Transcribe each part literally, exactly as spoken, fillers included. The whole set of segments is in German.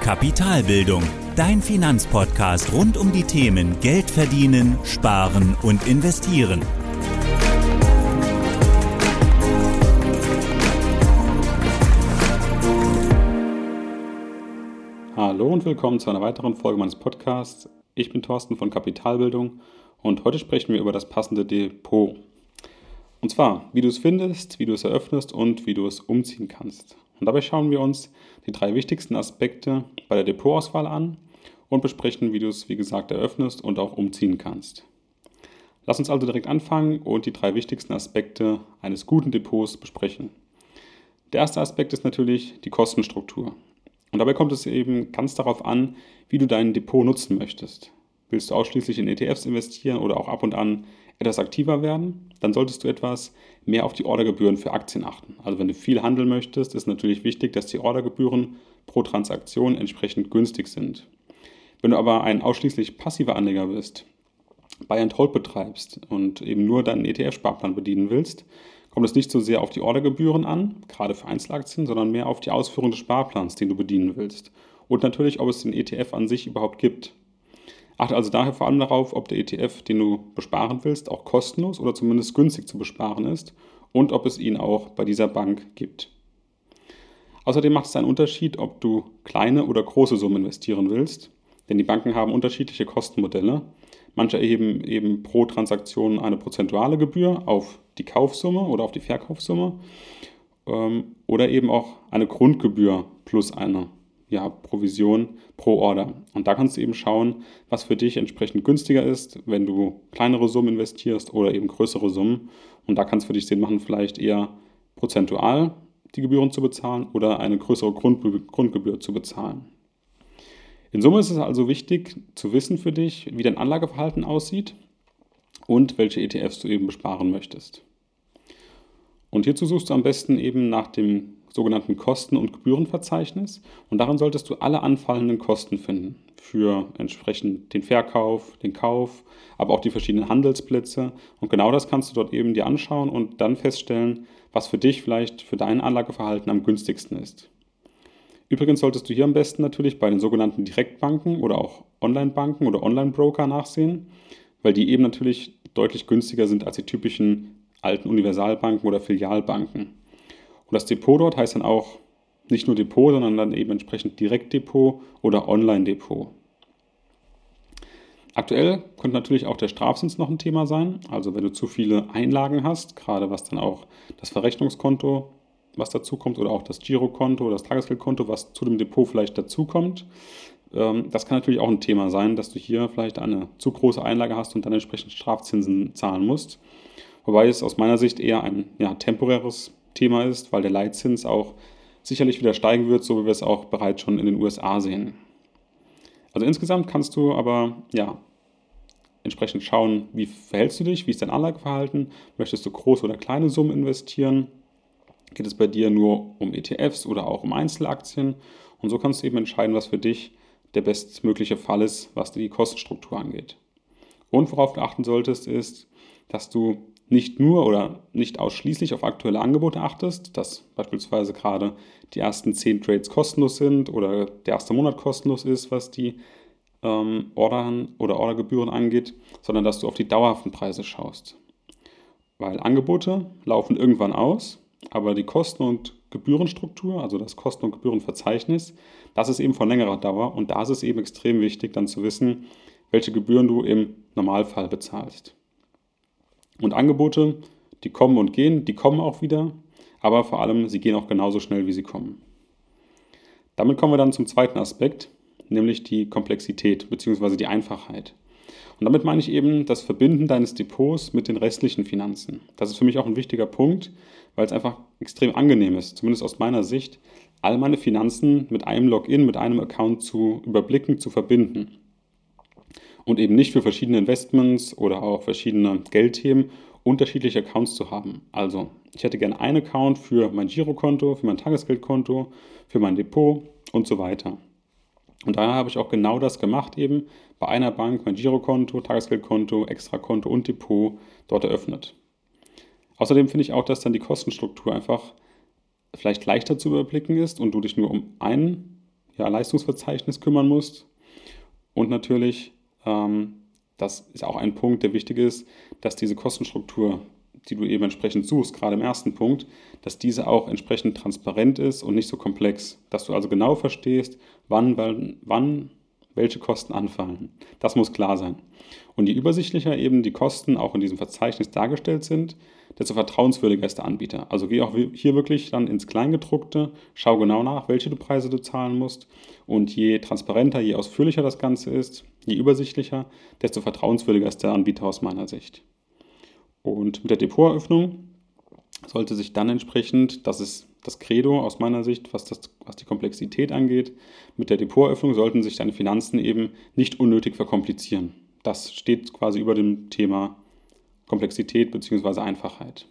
Kapitalbildung, dein Finanzpodcast rund um die Themen Geld verdienen, sparen und investieren. Hallo und willkommen zu einer weiteren Folge meines Podcasts. Ich bin Thorsten von Kapitalbildung und heute sprechen wir über das passende Depot. Und zwar, wie du es findest, wie du es eröffnest und wie du es umziehen kannst. Und dabei schauen wir uns die drei wichtigsten Aspekte bei der Depotauswahl an und besprechen, wie du es, wie gesagt, eröffnest und auch umziehen kannst. Lass uns also direkt anfangen und die drei wichtigsten Aspekte eines guten Depots besprechen. Der erste Aspekt ist natürlich die Kostenstruktur. Und dabei kommt es eben ganz darauf an, wie du dein Depot nutzen möchtest. Willst du ausschließlich in E T Fs investieren oder auch ab und an etwas aktiver werden, dann solltest du etwas mehr auf die Ordergebühren für Aktien achten. Also wenn du viel handeln möchtest, ist natürlich wichtig, dass die Ordergebühren pro Transaktion entsprechend günstig sind. Wenn du aber ein ausschließlich passiver Anleger bist, Buy and Hold betreibst und eben nur deinen E T F-Sparplan bedienen willst, kommt es nicht so sehr auf die Ordergebühren an, gerade für Einzelaktien, sondern mehr auf die Ausführung des Sparplans, den du bedienen willst. Und natürlich, ob es den E T F an sich überhaupt gibt. Achte also daher vor allem darauf, ob der E T F, den du besparen willst, auch kostenlos oder zumindest günstig zu besparen ist und ob es ihn auch bei dieser Bank gibt. Außerdem macht es einen Unterschied, ob du kleine oder große Summen investieren willst, denn die Banken haben unterschiedliche Kostenmodelle. Manche erheben eben pro Transaktion eine prozentuale Gebühr auf die Kaufsumme oder auf die Verkaufssumme ähm, oder eben auch eine Grundgebühr plus eine ja, Provision pro Order. Und da kannst du eben schauen, was für dich entsprechend günstiger ist, wenn du kleinere Summen investierst oder eben größere Summen. Und da kann es für dich Sinn machen, vielleicht eher prozentual die Gebühren zu bezahlen oder eine größere Grund- Grundgebühr zu bezahlen. In Summe ist es also wichtig zu wissen für dich, wie dein Anlageverhalten aussieht und welche E T Fs du eben besparen möchtest. Und hierzu suchst du am besten eben nach dem sogenannten Kosten- und Gebührenverzeichnis und darin solltest du alle anfallenden Kosten finden für entsprechend den Verkauf, den Kauf, aber auch die verschiedenen Handelsplätze und genau das kannst du dort eben dir anschauen und dann feststellen, was für dich vielleicht für dein Anlageverhalten am günstigsten ist. Übrigens solltest du hier am besten natürlich bei den sogenannten Direktbanken oder auch Online-Banken oder Online-Broker nachsehen, weil die eben natürlich deutlich günstiger sind als die typischen alten Universalbanken oder Filialbanken. Und das Depot dort heißt dann auch nicht nur Depot, sondern dann eben entsprechend Direktdepot oder Online-Depot. Aktuell könnte natürlich auch der Strafzins noch ein Thema sein. Also wenn du zu viele Einlagen hast, gerade was dann auch das Verrechnungskonto, was dazu kommt, oder auch das Girokonto oder das Tagesgeldkonto, was zu dem Depot vielleicht dazukommt. Das kann natürlich auch ein Thema sein, dass du hier vielleicht eine zu große Einlage hast und dann entsprechend Strafzinsen zahlen musst. Wobei es aus meiner Sicht eher ein ja, temporäres Thema ist, weil der Leitzins auch sicherlich wieder steigen wird, so wie wir es auch bereits schon in den U S A sehen. Also insgesamt kannst du aber ja entsprechend schauen, wie verhältst du dich, wie ist dein Anlageverhalten, möchtest du große oder kleine Summen investieren, geht es bei dir nur um E T Fs oder auch um Einzelaktien und so kannst du eben entscheiden, was für dich der bestmögliche Fall ist, was die Kostenstruktur angeht. Und worauf du achten solltest, ist, dass du nicht nur oder nicht ausschließlich auf aktuelle Angebote achtest, dass beispielsweise gerade die ersten zehn Trades kostenlos sind oder der erste Monat kostenlos ist, was die ähm, Ordern oder Ordergebühren angeht, sondern dass du auf die dauerhaften Preise schaust. Weil Angebote laufen irgendwann aus, aber die Kosten- und Gebührenstruktur, also das Kosten- und Gebührenverzeichnis, das ist eben von längerer Dauer und da ist es eben extrem wichtig, dann zu wissen, welche Gebühren du im Normalfall bezahlst. Und Angebote, die kommen und gehen, die kommen auch wieder, aber vor allem, sie gehen auch genauso schnell, wie sie kommen. Damit kommen wir dann zum zweiten Aspekt, nämlich die Komplexität bzw. die Einfachheit. Und damit meine ich eben das Verbinden deines Depots mit den restlichen Finanzen. Das ist für mich auch ein wichtiger Punkt, weil es einfach extrem angenehm ist, zumindest aus meiner Sicht, all meine Finanzen mit einem Login, mit einem Account zu überblicken, zu verbinden. Und eben nicht für verschiedene Investments oder auch verschiedene Geldthemen unterschiedliche Accounts zu haben. Also ich hätte gerne einen Account für mein Girokonto, für mein Tagesgeldkonto, für mein Depot und so weiter. Und daher habe ich auch genau das gemacht eben bei einer Bank, mein Girokonto, Tagesgeldkonto, Extrakonto und Depot dort eröffnet. Außerdem finde ich auch, dass dann die Kostenstruktur einfach vielleicht leichter zu überblicken ist und du dich nur um einen ja, Leistungsverzeichnis kümmern musst. Und natürlich, ähm, das ist auch ein Punkt, der wichtig ist, dass diese Kostenstruktur, die du eben entsprechend suchst, gerade im ersten Punkt, dass diese auch entsprechend transparent ist und nicht so komplex. Dass du also genau verstehst, wann, wann, wann welche Kosten anfallen. Das muss klar sein. Und je übersichtlicher eben die Kosten auch in diesem Verzeichnis dargestellt sind, desto vertrauenswürdiger ist der Anbieter. Also geh auch hier wirklich dann ins Kleingedruckte, schau genau nach, welche Preise du zahlen musst. Und je transparenter, je ausführlicher das Ganze ist, je übersichtlicher, desto vertrauenswürdiger ist der Anbieter aus meiner Sicht. Und mit der Depoteröffnung sollte sich dann entsprechend, das ist das Credo aus meiner Sicht, was, das, was die Komplexität angeht, mit der Depoteröffnung sollten sich deine Finanzen eben nicht unnötig verkomplizieren. Das steht quasi über dem Thema Komplexität bzw. Einfachheit.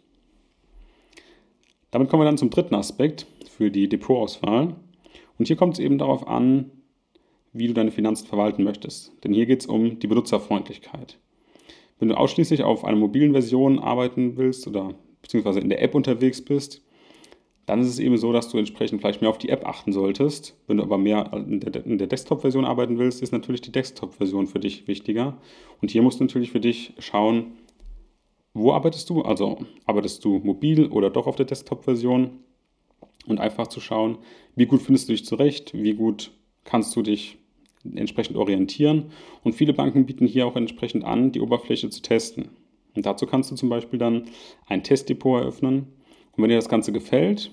Damit kommen wir dann zum dritten Aspekt für die Depotauswahl. Und hier kommt es eben darauf an, wie du deine Finanzen verwalten möchtest. Denn hier geht es um die Benutzerfreundlichkeit. Wenn du ausschließlich auf einer mobilen Version arbeiten willst oder beziehungsweise in der App unterwegs bist, dann ist es eben so, dass du entsprechend vielleicht mehr auf die App achten solltest. Wenn du aber mehr in der, in der Desktop-Version arbeiten willst, ist natürlich die Desktop-Version für dich wichtiger. Und hier musst du natürlich für dich schauen, wo arbeitest du? Also arbeitest du mobil oder doch auf der Desktop-Version? Und einfach zu schauen, wie gut findest du dich zurecht, wie gut kannst du dich entsprechend orientieren. Und viele Banken bieten hier auch entsprechend an, die Oberfläche zu testen. Und dazu kannst du zum Beispiel dann ein Testdepot eröffnen. Und wenn dir das Ganze gefällt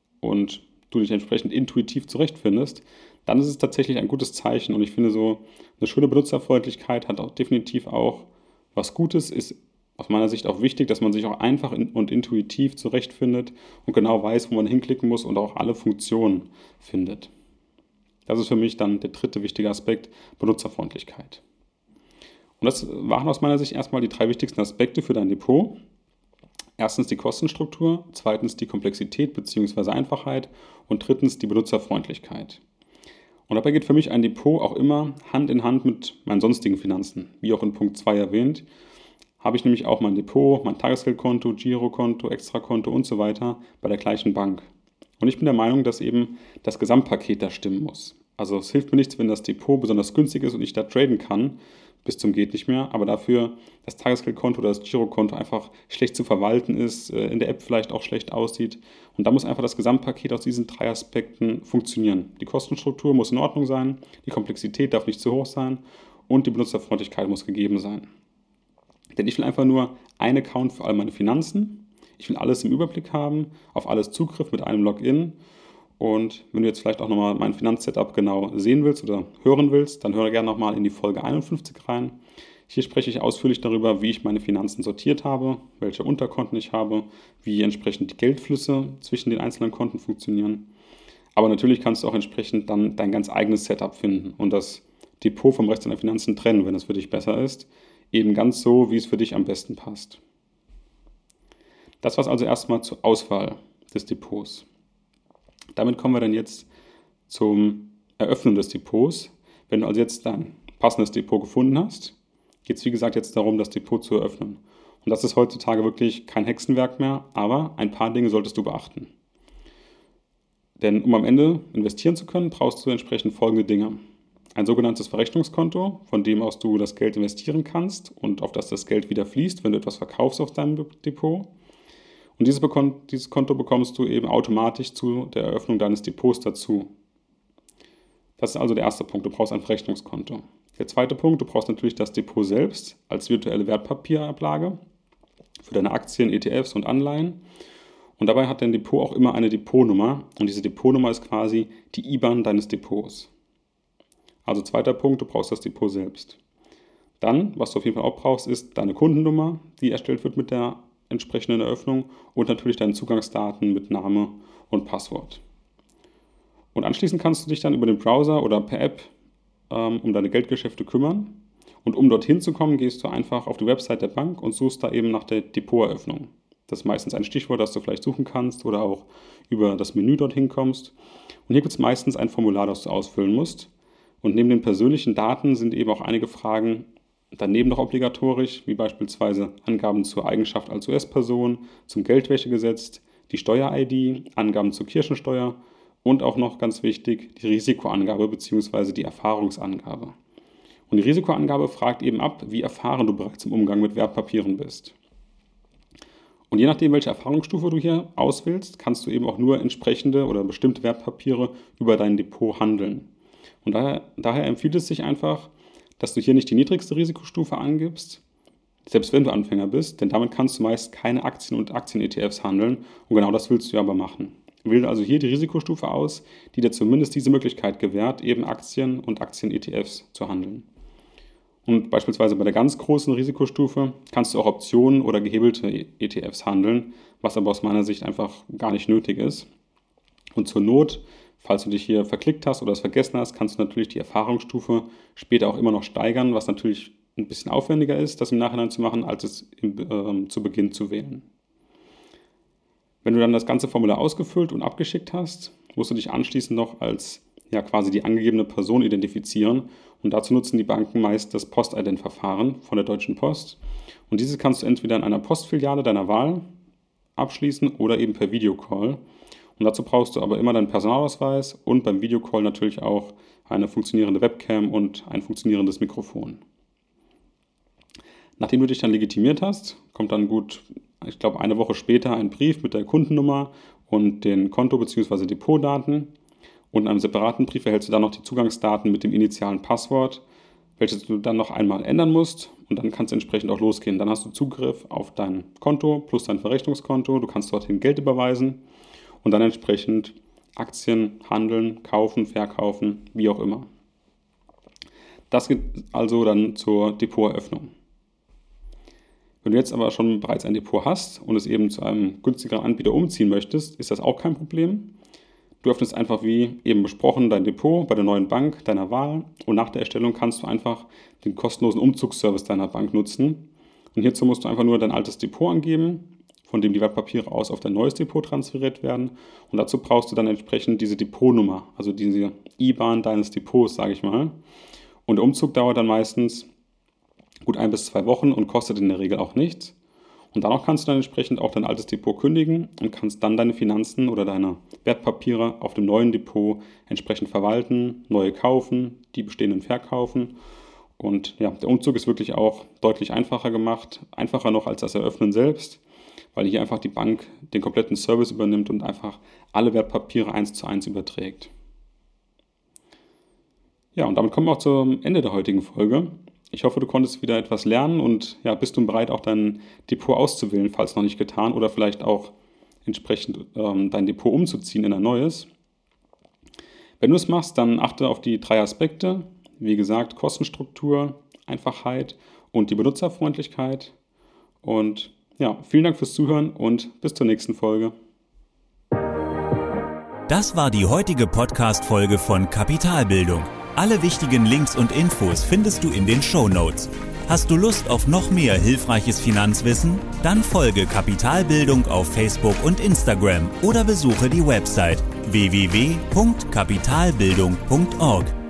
und du dich entsprechend intuitiv zurechtfindest, dann ist es tatsächlich ein gutes Zeichen. Und ich finde, so eine schöne Benutzerfreundlichkeit hat auch definitiv auch was Gutes, ist aus meiner Sicht auch wichtig, dass man sich auch einfach und intuitiv zurechtfindet und genau weiß, wo man hinklicken muss und auch alle Funktionen findet. Das ist für mich dann der dritte wichtige Aspekt, Benutzerfreundlichkeit. Und das waren aus meiner Sicht erstmal die drei wichtigsten Aspekte für dein Depot. Erstens die Kostenstruktur, zweitens die Komplexität bzw. Einfachheit und drittens die Benutzerfreundlichkeit. Und dabei geht für mich ein Depot auch immer Hand in Hand mit meinen sonstigen Finanzen. Wie auch in Punkt zwei erwähnt, habe ich nämlich auch mein Depot, mein Tagesgeldkonto, Girokonto, Extrakonto und so weiter bei der gleichen Bank. Und ich bin der Meinung, dass eben das Gesamtpaket da stimmen muss. Also es hilft mir nichts, wenn das Depot besonders günstig ist und ich da traden kann, bis zum geht nicht mehr, aber dafür das Tagesgeldkonto oder das Girokonto einfach schlecht zu verwalten ist, in der App vielleicht auch schlecht aussieht. Und da muss einfach das Gesamtpaket aus diesen drei Aspekten funktionieren. Die Kostenstruktur muss in Ordnung sein, die Komplexität darf nicht zu hoch sein und die Benutzerfreundlichkeit muss gegeben sein. Denn ich will einfach nur einen Account für all meine Finanzen. Ich will alles im Überblick haben, auf alles Zugriff mit einem Login. Und wenn du jetzt vielleicht auch nochmal mein Finanzsetup genau sehen willst oder hören willst, dann hör gerne nochmal in die Folge einundfünfzig rein. Hier spreche ich ausführlich darüber, wie ich meine Finanzen sortiert habe, welche Unterkonten ich habe, wie entsprechend die Geldflüsse zwischen den einzelnen Konten funktionieren. Aber natürlich kannst du auch entsprechend dann dein ganz eigenes Setup finden und das Depot vom Rest deiner Finanzen trennen, wenn es für dich besser ist. Eben ganz so, wie es für dich am besten passt. Das war es also erstmal zur Auswahl des Depots. Damit kommen wir dann jetzt zum Eröffnen des Depots. Wenn du also jetzt dein passendes Depot gefunden hast, geht es wie gesagt jetzt darum, das Depot zu eröffnen. Und das ist heutzutage wirklich kein Hexenwerk mehr, aber ein paar Dinge solltest du beachten. Denn um am Ende investieren zu können, brauchst du entsprechend folgende Dinge. Ein sogenanntes Verrechnungskonto, von dem aus du das Geld investieren kannst und auf das das Geld wieder fließt, wenn du etwas verkaufst auf deinem Depot. Und dieses, dieses Konto bekommst du eben automatisch zu der Eröffnung deines Depots dazu. Das ist also der erste Punkt, du brauchst ein Verrechnungskonto. Der zweite Punkt, du brauchst natürlich das Depot selbst als virtuelle Wertpapierablage für deine Aktien, E T Fs und Anleihen. Und dabei hat dein Depot auch immer eine Depotnummer und diese Depotnummer ist quasi die I B A N deines Depots. Also zweiter Punkt, du brauchst das Depot selbst. Dann, was du auf jeden Fall auch brauchst, ist deine Kundennummer, die erstellt wird mit der entsprechenden Eröffnung und natürlich deine Zugangsdaten mit Name und Passwort. Und anschließend kannst du dich dann über den Browser oder per App ähm, um deine Geldgeschäfte kümmern. Und um dorthin zu kommen, gehst du einfach auf die Website der Bank und suchst da eben nach der Depoteröffnung. Das ist meistens ein Stichwort, das du vielleicht suchen kannst oder auch über das Menü dorthin kommst. Und hier gibt es meistens ein Formular, das du ausfüllen musst. Und neben den persönlichen Daten sind eben auch einige Fragen daneben noch obligatorisch, wie beispielsweise Angaben zur Eigenschaft als U S-Person, zum Geldwäschegesetz, die Steuer-I D, Angaben zur Kirchensteuer und auch noch ganz wichtig, die Risikoangabe bzw. die Erfahrungsangabe. Und die Risikoangabe fragt eben ab, wie erfahren du bereits im Umgang mit Wertpapieren bist. Und je nachdem, welche Erfahrungsstufe du hier auswählst, kannst du eben auch nur entsprechende oder bestimmte Wertpapiere über dein Depot handeln. Und daher, daher empfiehlt es sich einfach, dass du hier nicht die niedrigste Risikostufe angibst, selbst wenn du Anfänger bist, denn damit kannst du meist keine Aktien und Aktien-E T Fs handeln und genau das willst du aber machen. Wähle also hier die Risikostufe aus, die dir zumindest diese Möglichkeit gewährt, eben Aktien und Aktien-E T Fs zu handeln. Und beispielsweise bei der ganz großen Risikostufe kannst du auch Optionen oder gehebelte E T Fs handeln, was aber aus meiner Sicht einfach gar nicht nötig ist. Und zur Not, falls du dich hier verklickt hast oder es vergessen hast, kannst du natürlich die Erfahrungsstufe später auch immer noch steigern, was natürlich ein bisschen aufwendiger ist, das im Nachhinein zu machen, als es im, äh, zu Beginn zu wählen. Wenn du dann das ganze Formular ausgefüllt und abgeschickt hast, musst du dich anschließend noch als ja quasi die angegebene Person identifizieren und dazu nutzen die Banken meist das Postident-Verfahren von der Deutschen Post und dieses kannst du entweder in einer Postfiliale deiner Wahl abschließen oder eben per Videocall und dazu brauchst du aber immer deinen Personalausweis und beim Videocall natürlich auch eine funktionierende Webcam und ein funktionierendes Mikrofon. Nachdem du dich dann legitimiert hast, kommt dann gut, ich glaube eine Woche später ein Brief mit der Kundennummer und den Konto- bzw. Depotdaten. Und in einem separaten Brief erhältst du dann noch die Zugangsdaten mit dem initialen Passwort, welches du dann noch einmal ändern musst und dann kannst du entsprechend auch losgehen. Dann hast du Zugriff auf dein Konto plus dein Verrechnungskonto, du kannst dorthin Geld überweisen und dann entsprechend Aktien handeln, kaufen, verkaufen, wie auch immer. Das geht also dann zur Depoteröffnung. Wenn du jetzt aber schon bereits ein Depot hast und es eben zu einem günstigeren Anbieter umziehen möchtest, ist das auch kein Problem. Du öffnest einfach wie eben besprochen dein Depot bei der neuen Bank deiner Wahl und nach der Erstellung kannst du einfach den kostenlosen Umzugsservice deiner Bank nutzen. Und hierzu musst du einfach nur dein altes Depot angeben, von dem die Wertpapiere aus auf dein neues Depot transferiert werden. Und dazu brauchst du dann entsprechend diese Depotnummer, also diese I B A N deines Depots, sage ich mal. Und der Umzug dauert dann meistens gut ein bis zwei Wochen und kostet in der Regel auch nichts. Und danach kannst du dann entsprechend auch dein altes Depot kündigen und kannst dann deine Finanzen oder deine Wertpapiere auf dem neuen Depot entsprechend verwalten, neue kaufen, die bestehenden verkaufen. Und ja, der Umzug ist wirklich auch deutlich einfacher gemacht, einfacher noch als das Eröffnen selbst, weil hier einfach die Bank den kompletten Service übernimmt und einfach alle Wertpapiere eins zu eins überträgt. Ja, und damit kommen wir auch zum Ende der heutigen Folge. Ich hoffe, du konntest wieder etwas lernen und ja, bist du bereit, auch dein Depot auszuwählen, falls noch nicht getan, oder vielleicht auch entsprechend ähm, dein Depot umzuziehen in ein neues. Wenn du es machst, dann achte auf die drei Aspekte. Wie gesagt, Kostenstruktur, Einfachheit und die Benutzerfreundlichkeit. Und ja, vielen Dank fürs Zuhören und bis zur nächsten Folge. Das war die heutige Podcast-Folge von Kapitalbildung. Alle wichtigen Links und Infos findest du in den Shownotes. Hast du Lust auf noch mehr hilfreiches Finanzwissen? Dann folge Kapitalbildung auf Facebook und Instagram oder besuche die Website w w w punkt kapitalbildung punkt org.